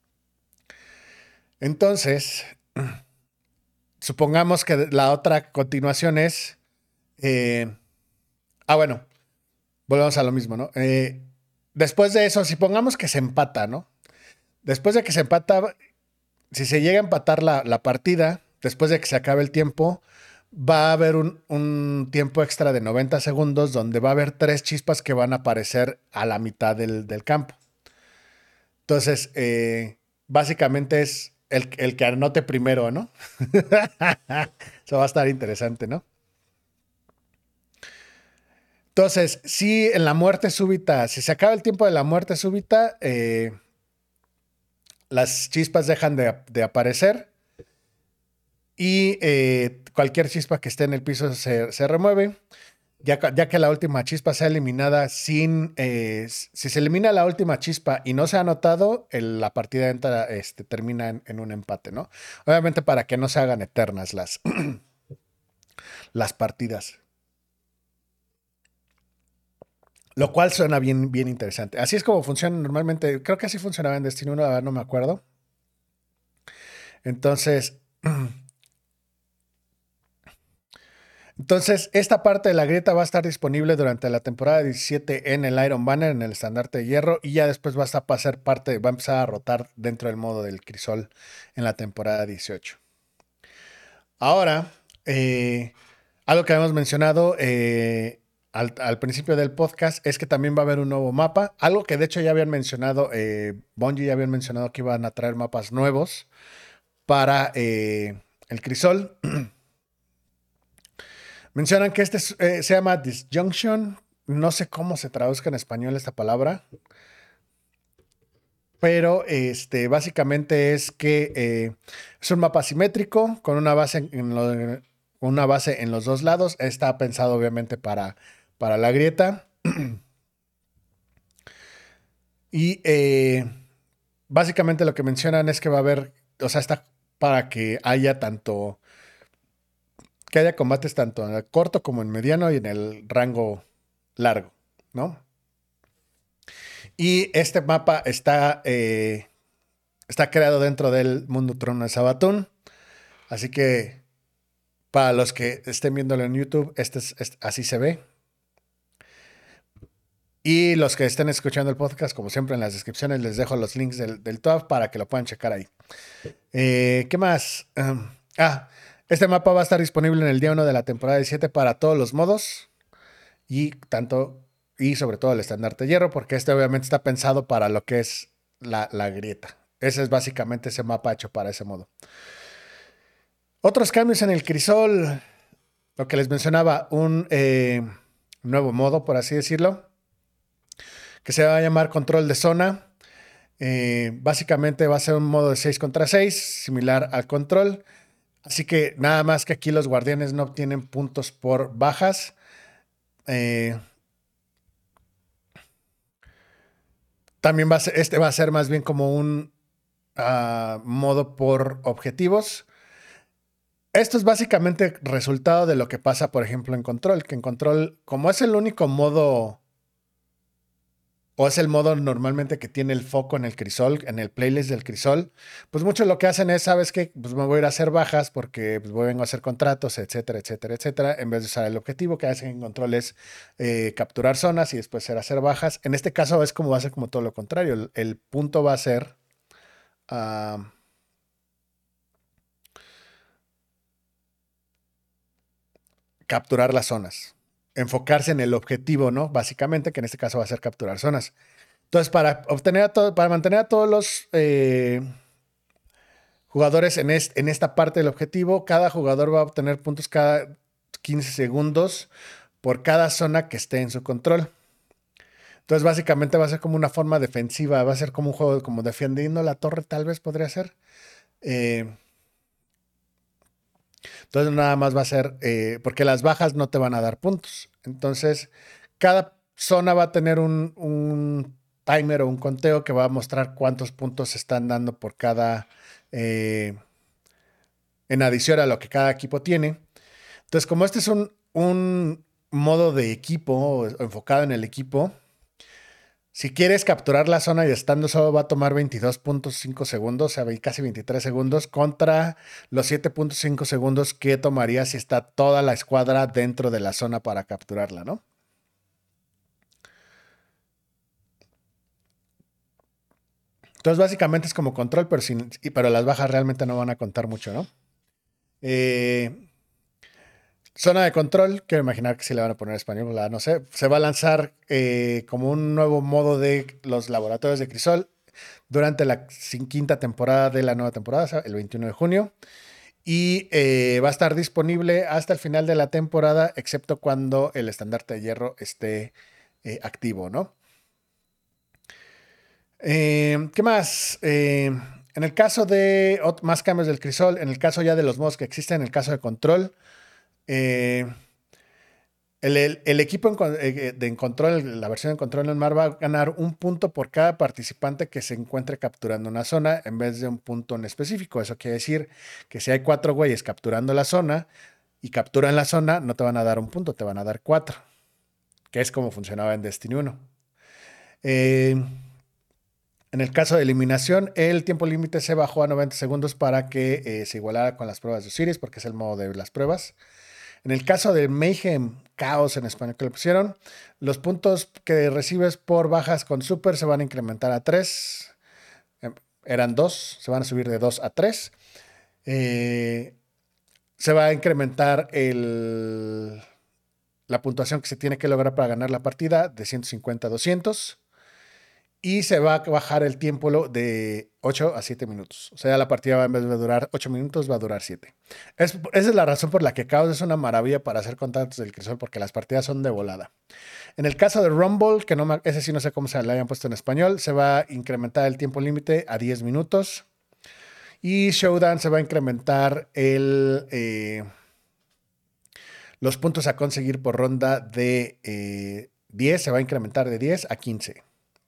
Entonces, supongamos que la otra continuación es... Eh, ah, bueno, volvemos a lo mismo, ¿no? Eh, después de eso, si pongamos que se empata, ¿no? Después de que se empata, si se llega a empatar la, la partida, después de que se acabe el tiempo, va a haber un, un, tiempo extra de noventa segundos donde va a haber tres chispas que van a aparecer a la mitad del, del campo. Entonces, eh, básicamente es el, el, que anote primero, ¿no? Eso va a estar interesante, ¿no? Entonces, si en la muerte súbita, si se acaba el tiempo de la muerte súbita, eh, las chispas dejan de, de aparecer y eh, cualquier chispa que esté en el piso se, se remueve. Ya, ya, que la última chispa sea eliminada sin... Eh, si se elimina la última chispa y no se ha anotado, el, la partida entra, este, termina en, en, un empate, ¿no? Obviamente para que no se hagan eternas las, las partidas. Lo cual suena bien, bien interesante. Así es como funciona normalmente. Creo que así funcionaba en Destiny uno, no me acuerdo. Entonces... Entonces, esta parte de la grieta va a estar disponible durante la temporada diecisiete en el Iron Banner, en el estandarte de hierro, y ya después va a pasar parte, va a empezar a rotar dentro del modo del crisol en la temporada dieciocho. Ahora, eh, algo que habíamos mencionado eh, al, al, principio del podcast es que también va a haber un nuevo mapa, algo que de hecho ya habían mencionado, eh, Bungie ya habían mencionado que iban a traer mapas nuevos para eh, el crisol. Mencionan que este eh, se llama Disjunction. No sé cómo se traduzca en español esta palabra. Pero este, básicamente es que eh, es un mapa simétrico con una base en, lo, una base en los dos lados. Está pensado obviamente para, para la grieta. Y eh, básicamente lo que mencionan es que va a haber, o sea, está para que haya tanto, que haya combates tanto en el corto como en mediano y en el rango largo, ¿no? Y este mapa está, eh, está creado dentro del mundo trono de Sabatún. Así que para los que estén viéndolo en YouTube, este es, este, así se ve. Y los que estén escuchando el podcast, como siempre en las descripciones les dejo los links del, del T O A F para que lo puedan checar ahí. Eh, ¿Qué más? Um, ah, este mapa va a estar disponible en el día uno de la temporada diecisiete para todos los modos. Y tanto, y sobre todo el estandarte de hierro, porque este obviamente está pensado para lo que es la, la grieta. Ese es básicamente ese mapa hecho para ese modo. Otros cambios en el crisol, lo que les mencionaba, un eh, nuevo modo, por así decirlo, que se va a llamar control de zona. Eh, básicamente va a ser un modo de seis contra seis, similar al control. Así que nada más que aquí los guardianes no obtienen puntos por bajas. Eh, también va a ser, este va a ser más bien como un uh, modo por objetivos. Esto es básicamente resultado de lo que pasa, por ejemplo, en Control, que en Control, como es el único modo, o es el modo normalmente que tiene el foco en el crisol, en el playlist del crisol, pues mucho lo que hacen es, ¿sabes qué? Pues me voy a ir a hacer bajas porque pues vengo a hacer contratos, etcétera, etcétera, etcétera, en vez de usar el objetivo que hacen en Control es eh, capturar zonas y después ser hacer bajas. En este caso es como va a ser como todo lo contrario, el, el punto va a ser... Uh, capturar las zonas. Enfocarse en el objetivo, ¿no? Básicamente, que en este caso va a ser capturar zonas. Entonces, para obtener a todo, para mantener a todos los eh, jugadores en, est en esta parte del objetivo, cada jugador va a obtener puntos cada quince segundos por cada zona que esté en su control. Entonces, básicamente va a ser como una forma defensiva, va a ser como un juego como defendiendo la torre, tal vez podría ser. Eh, Entonces nada más va a ser, eh, porque las bajas no te van a dar puntos. Entonces, cada zona va a tener un, un timer o un conteo que va a mostrar cuántos puntos se están dando por cada, eh, en adición a lo que cada equipo tiene. Entonces, como este es un, un modo de equipo enfocado en el equipo, si quieres capturar la zona y estando solo va a tomar veintidós punto cinco segundos, o sea, casi veintitrés segundos, contra los siete punto cinco segundos que tomaría si está toda la escuadra dentro de la zona para capturarla, ¿no? Entonces, básicamente es como control, pero, sin, pero las bajas realmente no van a contar mucho, ¿no? Eh, Zona de control, quiero imaginar que si le van a poner español, la, no sé. Se va a lanzar eh, como un nuevo modo de los laboratorios de Crisol durante la quinta temporada de la nueva temporada, o sea, el veintiuno de junio. Y eh, va a estar disponible hasta el final de la temporada, excepto cuando el estandarte de hierro esté eh, activo, ¿no? Eh, ¿Qué más? Eh, en el caso de más cambios del Crisol, en el caso ya de los modos que existen, en el caso de control, eh, El, el- el equipo en, con- eh, de en control, la versión en control en mar va a ganar un punto por cada participante que se encuentre capturando una zona en vez de un punto en específico. Eso quiere decir que si hay cuatro güeyes capturando la zona y capturan la zona, no te van a dar un punto, te van a dar cuatro, que es como funcionaba en Destiny uno. Eh, en el caso de eliminación, el tiempo límite se bajó a noventa segundos para que eh, se igualara con las pruebas de Osiris, porque es el modo de las pruebas. En el caso de Mayhem, Caos en español que le pusieron, los puntos que recibes por bajas con Super se van a incrementar a tres. Eran dos, se van a subir de dos a tres. Eh, Se va a incrementar el, la puntuación que se tiene que lograr para ganar la partida de ciento cincuenta a doscientos. Y se va a bajar el tiempo de ocho a siete minutos. O sea, la partida en vez de durar ocho minutos, va a durar siete. Es, esa es la razón por la que Chaos es una maravilla para hacer contactos del crisol, porque las partidas son de volada. En el caso de Rumble, que no me, ese sí no sé cómo se le hayan puesto en español, se va a incrementar el tiempo límite a diez minutos. Y Showdown se va a incrementar el, eh, los puntos a conseguir por ronda de eh, diez, se va a incrementar de diez a quince.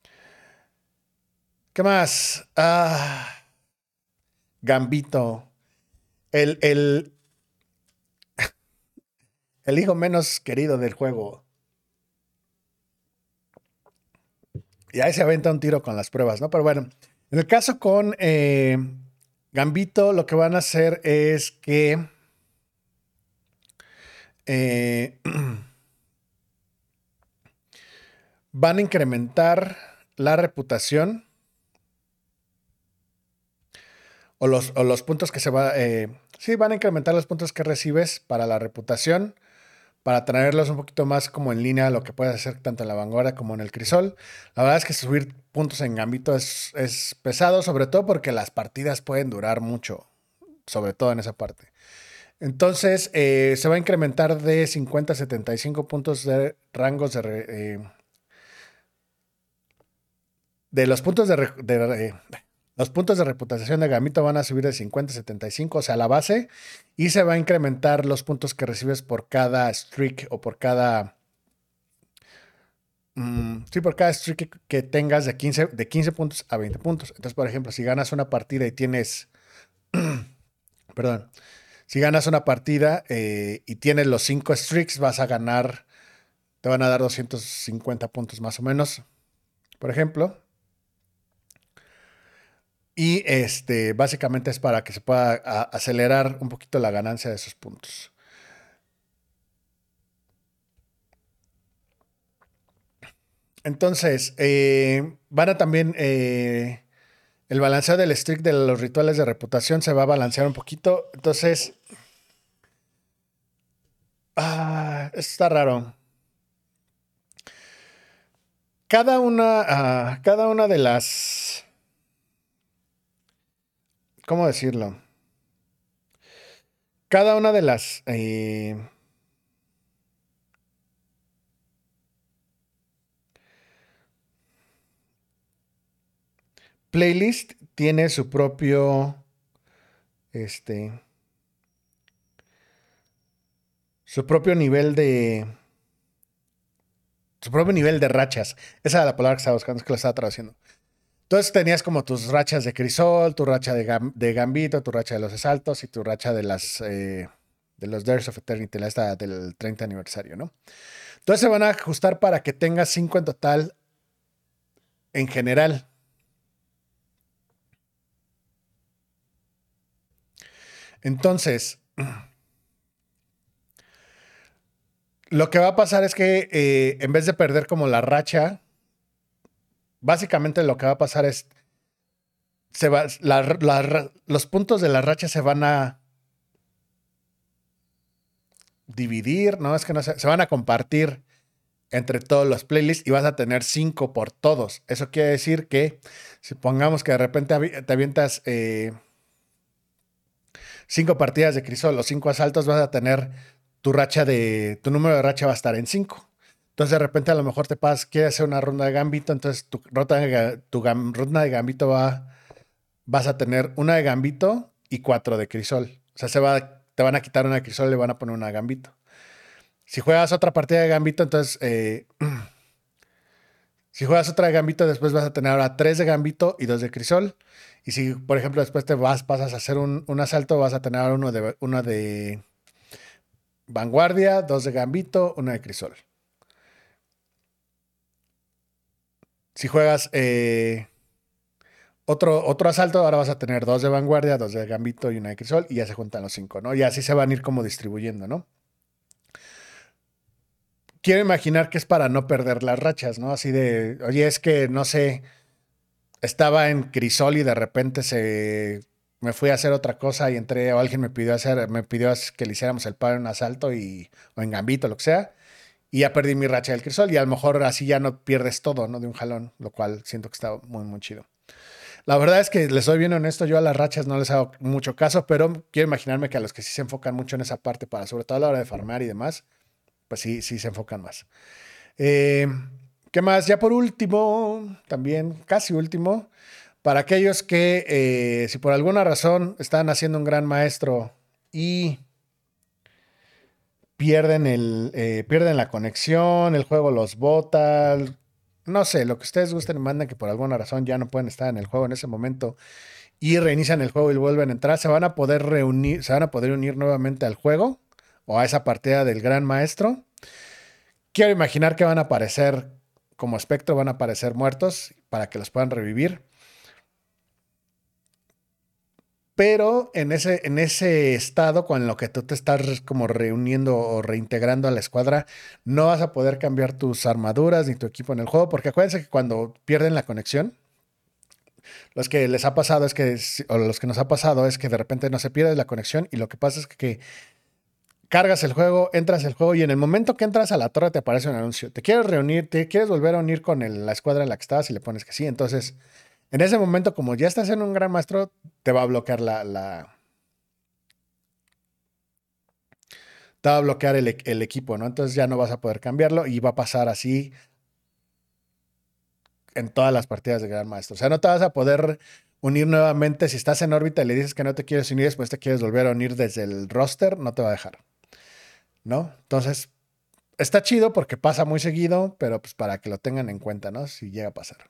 ¿Qué más? Ah, Gambito. El, el, el hijo menos querido del juego. Y ahí se aventa un tiro con las pruebas, ¿no? Pero bueno, en el caso con eh, Gambito, lo que van a hacer es que eh, van a incrementar la reputación o los, o los puntos que se va. Eh, sí, van a incrementar los puntos que recibes para la reputación, para traerlos un poquito más como en línea a lo que puedes hacer tanto en la vanguardia como en el crisol. La verdad es que subir puntos en Gambito es, es pesado, sobre todo porque las partidas pueden durar mucho, sobre todo en esa parte. Entonces, eh, se va a incrementar de cincuenta a setenta y cinco puntos de rangos de, re, eh, de los puntos de, re, de eh, los puntos de reputación de Gambito van a subir de cincuenta a setenta y cinco, o sea, la base, y se va a incrementar los puntos que recibes por cada streak o por cada mmm, sí, por cada streak que, que tengas de quince, de quince puntos a veinte puntos. Entonces, por ejemplo, si ganas una partida y tienes perdón, si ganas una partida eh, y tienes los cinco streaks, vas a ganar, te van a dar doscientos cincuenta puntos más o menos, por ejemplo. Y este, básicamente es para que se pueda a, acelerar un poquito la ganancia de esos puntos. Entonces, eh, van a también, eh, el balanceo del streak de los rituales de reputación se va a balancear un poquito. Entonces, ah, está raro. Cada una, ah, cada una de las, ¿cómo decirlo? Cada una de las eh, playlist tiene su propio, este, su propio nivel de, su propio nivel de rachas. Esa era la palabra que estaba buscando, es que lo estaba traduciendo. Entonces tenías como tus rachas de crisol, tu racha de, gam de gambito, tu racha de los asaltos y tu racha de las eh, de los Dares of Eternity, esta del treinta aniversario, ¿no? Entonces se van a ajustar para que tengas cinco en total en general. Entonces, lo que va a pasar es que eh, en vez de perder como la racha, básicamente lo que va a pasar es se va, la, la, los puntos de la racha se van a dividir, ¿no? Es que no se, se van a compartir entre todos los playlists y vas a tener cinco por todos. Eso quiere decir que si pongamos que de repente te avientas eh, cinco partidas de crisol o cinco asaltos, vas a tener tu racha de, tu número de racha va a estar en cinco. Entonces de repente a lo mejor te pasas, quieres hacer una ronda de gambito, entonces tu, ronda de, tu gam, ronda de gambito va, vas a tener una de gambito y cuatro de crisol. O sea, se va, te van a quitar una de crisol y le van a poner una de gambito. Si juegas otra partida de gambito, entonces eh, si juegas otra de gambito, después vas a tener ahora tres de gambito y dos de crisol. Y si, por ejemplo, después te vas, pasas a hacer un, un asalto, vas a tener uno de, uno de vanguardia, dos de gambito, una de crisol. Si juegas eh, otro, otro asalto, ahora vas a tener dos de vanguardia, dos de gambito y una de crisol, y ya se juntan los cinco, ¿no? Y así se van a ir como distribuyendo, ¿no? Quiero imaginar que es para no perder las rachas, ¿no? Así de, oye, es que no sé, estaba en crisol y de repente se me fui a hacer otra cosa y entré o alguien me pidió hacer me pidió que le hiciéramos el paro en un asalto y o en gambito, lo que sea, y ya perdí mi racha del crisol y a lo mejor así ya no pierdes todo, ¿no? De un jalón, lo cual siento que está muy muy chido. La verdad es que les soy bien honesto, yo a las rachas no les hago mucho caso, pero quiero imaginarme que a los que sí se enfocan mucho en esa parte para sobre todo a la hora de farmear y demás, pues sí, sí se enfocan más. Eh, ¿Qué más? Ya por último, también casi último, para aquellos que eh, si por alguna razón están haciendo un gran maestro y pierden, el, eh, pierden la conexión, el juego los bota, no sé, lo que ustedes gusten y mandan que por alguna razón ya no pueden estar en el juego en ese momento y reinician el juego y vuelven a entrar, se van a poder reunir, se van a poder unir nuevamente al juego o a esa partida del gran maestro. Quiero imaginar que van a aparecer como espectro, van a aparecer muertos para que los puedan revivir. Pero en ese, en ese estado con lo que tú te estás como reuniendo o reintegrando a la escuadra, no vas a poder cambiar tus armaduras ni tu equipo en el juego, porque acuérdense que cuando pierden la conexión, los que les ha pasado es que, o los que nos ha pasado es que de repente no se pierde la conexión y lo que pasa es que, que cargas el juego, entras al juego y en el momento que entras a la torre te aparece un anuncio. ¿Te quieres reunir? ¿Te quieres volver a unir con el, la escuadra en la que estabas? Y le pones que sí. Entonces, en ese momento, como ya estás en un gran maestro, te va a bloquear la, la te va a bloquear el, el, equipo, ¿no? Entonces ya no vas a poder cambiarlo y va a pasar así en todas las partidas de Gran Maestro. O sea, no te vas a poder unir nuevamente. Si estás en órbita y le dices que no te quieres unir, después te quieres volver a unir desde el roster, no te va a dejar, ¿no? Entonces, está chido porque pasa muy seguido, pero pues para que lo tengan en cuenta, ¿no? Si llega a pasar.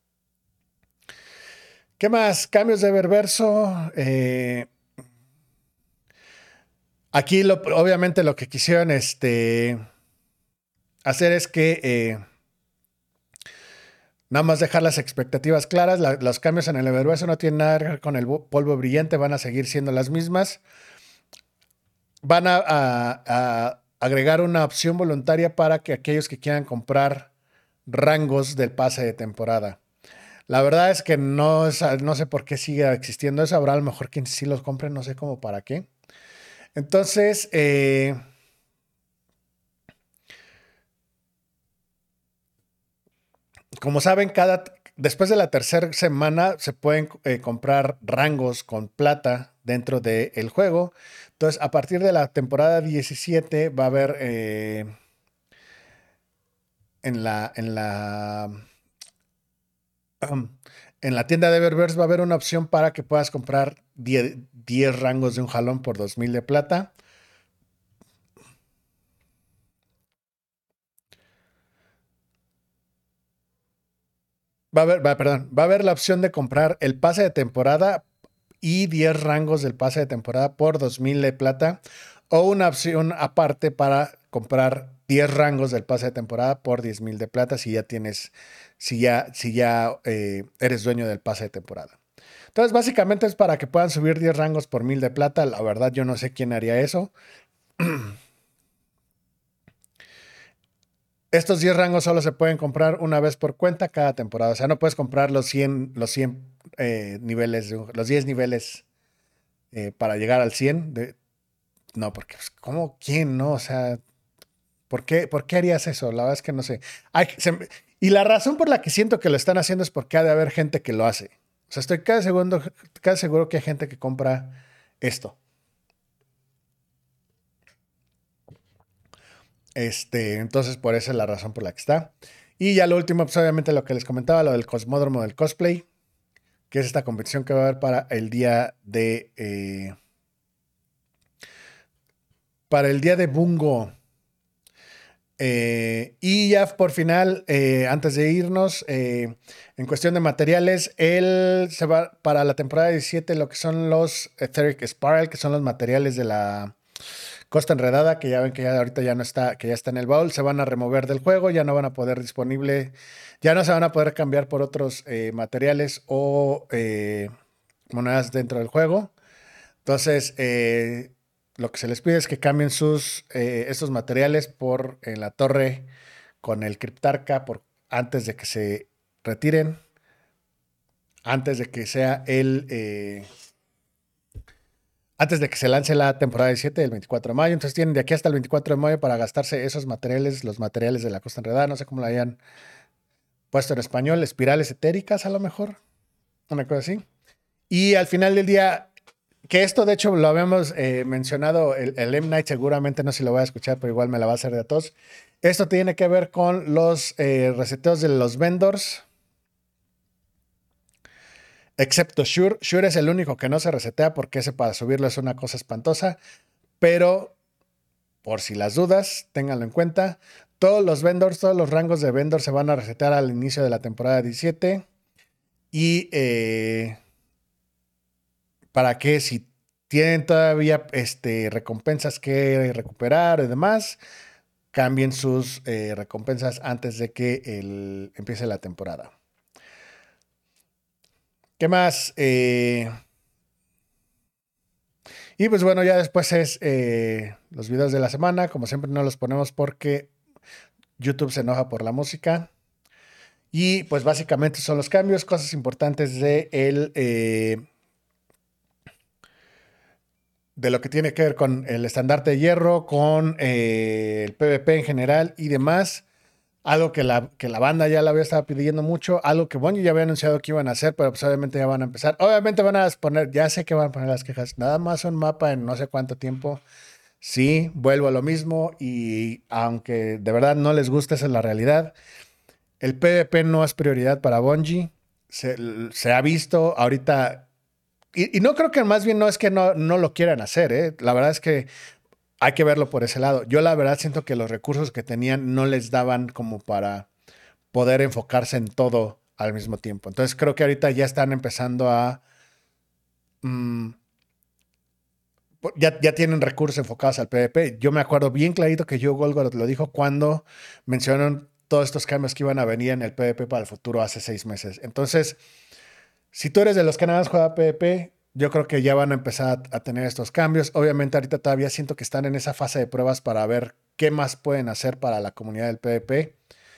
¿Qué más? Cambios de Eververso. Eh, aquí, lo, obviamente, lo que quisieron este, hacer es que eh, nada más dejar las expectativas claras. La, los cambios en el Eververso no tienen nada que ver con el polvo brillante, van a seguir siendo las mismas. Van a, a, a agregar una opción voluntaria para que aquellos que quieran comprar rangos del pase de temporada. La verdad es que no, no sé por qué sigue existiendo eso. Habrá a lo mejor quien sí los compre, no sé cómo para qué. Entonces, eh, como saben, cada, después de la tercera semana se pueden eh, comprar rangos con plata dentro del juego. Entonces, a partir de la temporada diecisiete va a haber eh, en la, en la en la tienda de Eververse va a haber una opción para que puedas comprar diez, diez rangos de un jalón por dos mil de plata. Va a haber, va, perdón, va a haber la opción de comprar el pase de temporada y diez rangos del pase de temporada por dos mil de plata, o una opción aparte para comprar diez rangos del pase de temporada por diez mil de plata si ya tienes, si ya, si ya eh, eres dueño del pase de temporada. Entonces, básicamente es para que puedan subir diez rangos por mil de plata. La verdad, yo no sé quién haría eso. Estos diez rangos solo se pueden comprar una vez por cuenta cada temporada. O sea, no puedes comprar los cien, los cien eh, niveles, de los diez niveles eh, para llegar al cien. De, no, porque, pues, ¿cómo? ¿Quién? No, o sea, ¿por qué, ¿por qué harías eso? La verdad es que no sé. Hay, se, y la razón por la que siento que lo están haciendo es porque ha de haber gente que lo hace. O sea, estoy cada segundo, cada seguro que hay gente que compra esto. Este, entonces, por esa es la razón por la que está. Y ya lo último, pues obviamente lo que les comentaba, lo del Cosmódromo del Cosplay, que es esta competición que va a haber para el día de. Eh, para el día de Bungo. Eh, y ya por final, eh, antes de irnos, eh, en cuestión de materiales, él se va para la temporada diecisiete, lo que son los Etheric Spiral, que son los materiales de la Costa Enredada, que ya ven que ya ahorita ya no está, que ya está en el baúl, se van a remover del juego, ya no van a poder disponible, ya no se van a poder cambiar por otros eh, materiales o eh, monedas dentro del juego. Entonces, eh, lo que se les pide es que cambien sus, eh, estos materiales por en la torre con el Cryptarca por, antes de que se retiren, antes de que sea el, eh, antes de que se lance la temporada diecisiete, el veinticuatro de mayo. Entonces tienen de aquí hasta el veinticuatro de mayo para gastarse esos materiales, los materiales de la Costa Enredada, no sé cómo lo hayan puesto en español, espirales etéricas a lo mejor, una cosa así. Y al final del día, que esto de hecho lo habíamos eh, mencionado, el, el M. Night seguramente no sé si lo voy a escuchar, pero igual me la va a hacer de a todos. Esto tiene que ver con los eh, reseteos de los vendors, excepto Shure. Shure es el único que no se resetea porque ese para subirlo es una cosa espantosa, pero por si las dudas, ténganlo en cuenta. Todos los vendors, todos los rangos de vendors se van a resetear al inicio de la temporada diecisiete. Y eh, para que si tienen todavía este, recompensas que recuperar y demás, cambien sus eh, recompensas antes de que el, empiece la temporada. ¿Qué más? Eh, y pues bueno, ya después es eh, los videos de la semana. Como siempre no los ponemos porque YouTube se enoja por la música. Y pues básicamente son los cambios, cosas importantes de el, eh, de lo que tiene que ver con el estandarte de hierro, con eh, el PvP en general y demás. Algo que la, que la banda ya la había estado pidiendo mucho, algo que Bungie ya había anunciado que iban a hacer, pero pues obviamente ya van a empezar. Obviamente van a poner, ya sé que van a poner las quejas, nada más un mapa en no sé cuánto tiempo. Sí, vuelvo a lo mismo y aunque de verdad no les guste, esa es la realidad. El PvP no es prioridad para Bungie. Se, se ha visto ahorita. Y, y, no creo que más bien no es que no, no lo quieran hacer. ¿eh? La verdad es que hay que verlo por ese lado. Yo la verdad siento que los recursos que tenían no les daban como para poder enfocarse en todo al mismo tiempo. Entonces creo que ahorita ya están empezando a... Mmm, ya, ya tienen recursos enfocados al PvP. Yo me acuerdo bien clarito que Joe Golgoroth lo dijo cuando mencionaron todos estos cambios que iban a venir en el PvP para el futuro hace seis meses. Entonces, si tú eres de los que nada más juega PvP, yo creo que ya van a empezar a, a tener estos cambios. Obviamente ahorita todavía siento que están en esa fase de pruebas para ver qué más pueden hacer para la comunidad del PvP.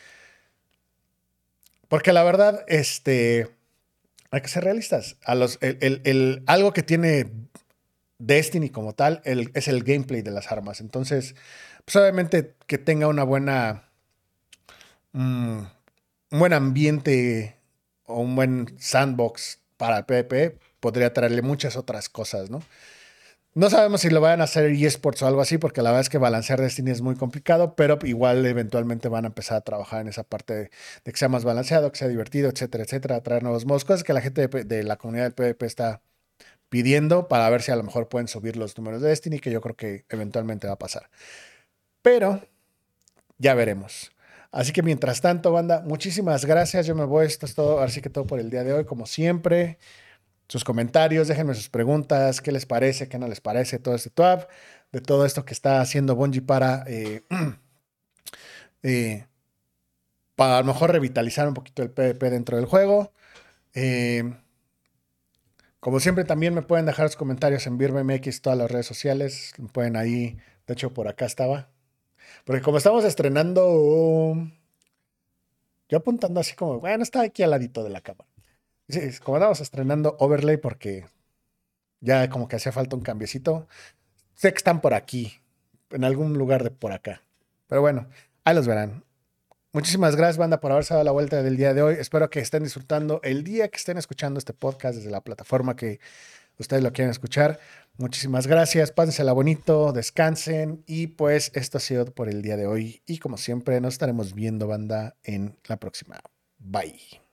Porque la verdad, este, hay que ser realistas. A los, el, el, el, algo que tiene Destiny como tal el, es el gameplay de las armas. Entonces, pues obviamente que tenga una buena, mm, un buen ambiente o un buen sandbox para el PvP podría traerle muchas otras cosas, ¿no? No sabemos si lo vayan a hacer eSports o algo así, porque la verdad es que balancear Destiny es muy complicado, pero igual eventualmente van a empezar a trabajar en esa parte de, de que sea más balanceado, que sea divertido, etcétera, etcétera, traer nuevos modos, cosas que la gente de, de la comunidad del PvP está pidiendo para ver si a lo mejor pueden subir los números de Destiny, que yo creo que eventualmente va a pasar. Pero ya veremos. Así que mientras tanto, banda, muchísimas gracias. Yo me voy. Esto es todo, así que todo por el día de hoy, como siempre. Sus comentarios, déjenme sus preguntas, qué les parece, qué no les parece, todo este twab, de todo esto que está haciendo Bungie para, eh, eh, para a lo mejor revitalizar un poquito el PvP dentro del juego. Eh, como siempre, también me pueden dejar sus comentarios en BirBMX, todas las redes sociales. Me pueden ahí, de hecho, por acá estaba. Porque como estamos estrenando, um, yo apuntando así como, bueno, está aquí al ladito de la cámara. Sí, como estamos estrenando Overlay porque ya como que hacía falta un cambiecito. Sé que están por aquí, en algún lugar de por acá. Pero bueno, ahí los verán. Muchísimas gracias, banda, por haberse dado la vuelta del día de hoy. Espero que estén disfrutando el día que estén escuchando este podcast desde la plataforma que ustedes lo quieren escuchar. Muchísimas gracias, pásensela bonito, descansen y pues esto ha sido por el día de hoy y como siempre nos estaremos viendo, banda, en la próxima. Bye.